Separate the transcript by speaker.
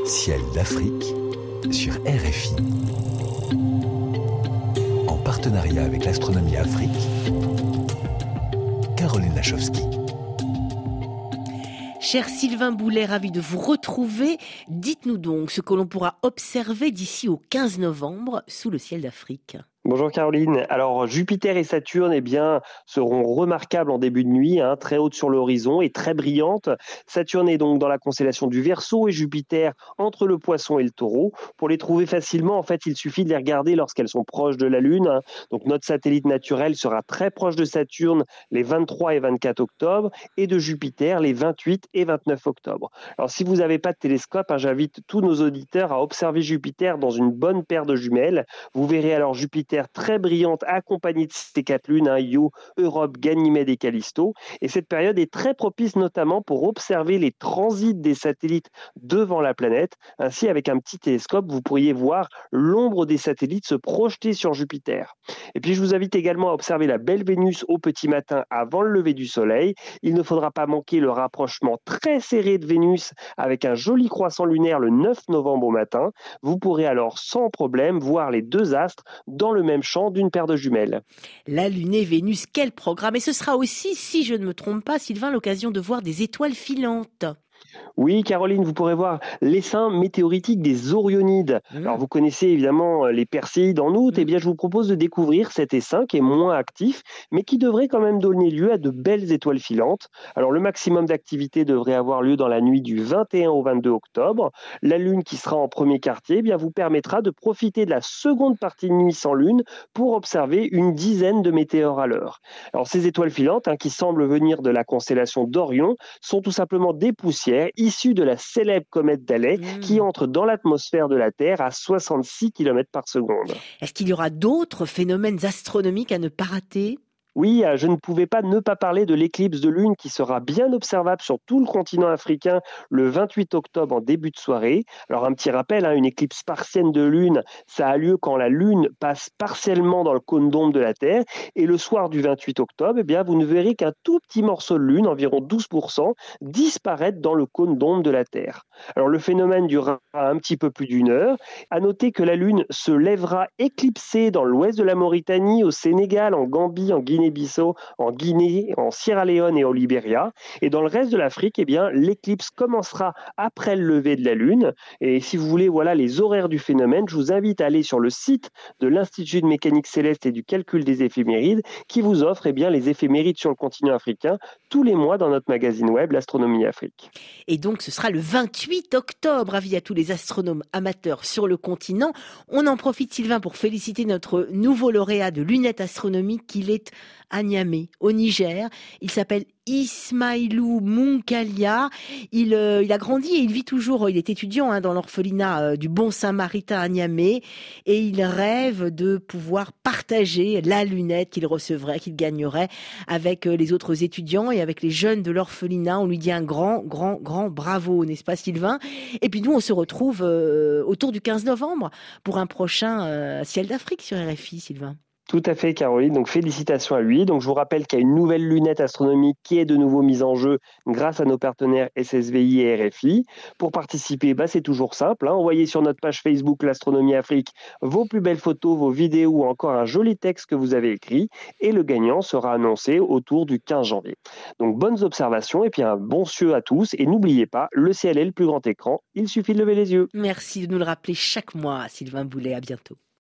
Speaker 1: Ciel d'Afrique sur RFI. En partenariat avec l'Astronomie Afrique, Caroline Lachowski.
Speaker 2: Cher Sylvain Boulet, ravi de vous retrouver. Dites-nous donc ce que l'on pourra observer d'ici au 15 novembre sous le ciel d'Afrique.
Speaker 3: Bonjour Caroline. Alors Jupiter et Saturne seront remarquables en début de nuit, très hautes sur l'horizon et très brillantes. Saturne est donc dans la constellation du Verseau et Jupiter entre le Poisson et le Taureau. Pour les trouver facilement, il suffit de les regarder lorsqu'elles sont proches de la Lune. Donc notre satellite naturel sera très proche de Saturne les 23 et 24 octobre et de Jupiter les 28 et 29 octobre. Alors si vous n'avez pas de télescope, j'invite tous nos auditeurs à observer Jupiter dans une bonne paire de jumelles. Vous verrez alors Jupiter très brillante accompagnée de ces 4 lunes, Io, Europe, Ganymède et Callisto. Et cette période est très propice notamment pour observer les transits des satellites devant la planète. Ainsi, avec un petit télescope, vous pourriez voir l'ombre des satellites se projeter sur Jupiter. Et puis, je vous invite également à observer la belle Vénus au petit matin avant le lever du soleil. Il ne faudra pas manquer le rapprochement très serré de Vénus avec un joli croissant lunaire le 9 novembre au matin. Vous pourrez alors sans problème voir les deux astres dans le même champ d'une paire de jumelles.
Speaker 2: La Lune et Vénus, quel programme! Et ce sera aussi, si je ne me trompe pas, Sylvain, l'occasion de voir des étoiles filantes.
Speaker 3: Oui, Caroline, vous pourrez voir l'essaim météoritique des Orionides. Alors, vous connaissez évidemment les Perséides en août. Eh bien, je vous propose de découvrir cet essaim qui est moins actif, mais qui devrait quand même donner lieu à de belles étoiles filantes. Alors, le maximum d'activité devrait avoir lieu dans la nuit du 21 au 22 octobre. La Lune qui sera en premier quartier, vous permettra de profiter de la seconde partie de nuit sans Lune pour observer une dizaine de météores à l'heure. Alors, ces étoiles filantes, qui semblent venir de la constellation d'Orion, sont tout simplement des poussières issues de la célèbre comète d'Halley qui entre dans l'atmosphère de la Terre à 66 km par seconde.
Speaker 2: Est-ce qu'il y aura d'autres phénomènes astronomiques à ne pas rater ?
Speaker 3: Oui, je ne pouvais pas ne pas parler de l'éclipse de lune qui sera bien observable sur tout le continent africain le 28 octobre en début de soirée. Alors un petit rappel, une éclipse partielle de lune, ça a lieu quand la lune passe partiellement dans le cône d'ombre de la Terre et le soir du 28 octobre, vous ne verrez qu'un tout petit morceau de lune, environ 12%, disparaître dans le cône d'ombre de la Terre. Alors le phénomène durera un petit peu plus d'une heure. À noter que la lune se lèvera éclipsée dans l'ouest de la Mauritanie, au Sénégal, en Gambie, en Guinée-Bissau, en Guinée, en Sierra Leone et au Libéria. Et dans le reste de l'Afrique, l'éclipse commencera après le lever de la Lune. Et si vous voulez, les horaires du phénomène, je vous invite à aller sur le site de l'Institut de mécanique céleste et du calcul des éphémérides qui vous offre les éphémérides sur le continent africain tous les mois dans notre magazine web, l'Astronomie Afrique.
Speaker 2: Et donc, ce sera le 28 octobre. Avis à tous les astronomes amateurs sur le continent. On en profite, Sylvain, pour féliciter notre nouveau lauréat de lunettes astronomiques qu'il est à Niamey, au Niger. Il s'appelle Ismailou Munkalia. Il a grandi et il vit toujours, il est étudiant dans l'orphelinat du Bon Samaritain à Niamey et il rêve de pouvoir partager la lunette qu'il recevrait, qu'il gagnerait avec les autres étudiants et avec les jeunes de l'orphelinat. On lui dit un grand bravo, n'est-ce pas Sylvain? Et puis nous, on se retrouve autour du 15 novembre pour un prochain Ciel d'Afrique sur RFI, Sylvain.
Speaker 3: Tout à fait, Caroline. Donc, félicitations à lui. Donc, je vous rappelle qu'il y a une nouvelle lunette astronomique qui est de nouveau mise en jeu grâce à nos partenaires SSVI et RFI. Pour participer, c'est toujours simple. Envoyez sur notre page Facebook l'Astronomie Afrique vos plus belles photos, vos vidéos ou encore un joli texte que vous avez écrit. Et le gagnant sera annoncé autour du 15 janvier. Donc, bonnes observations et puis un bon cieux à tous. Et n'oubliez pas, le ciel est le plus grand écran. Il suffit de lever les yeux.
Speaker 2: Merci de nous le rappeler chaque mois, Sylvain Boulet. À bientôt.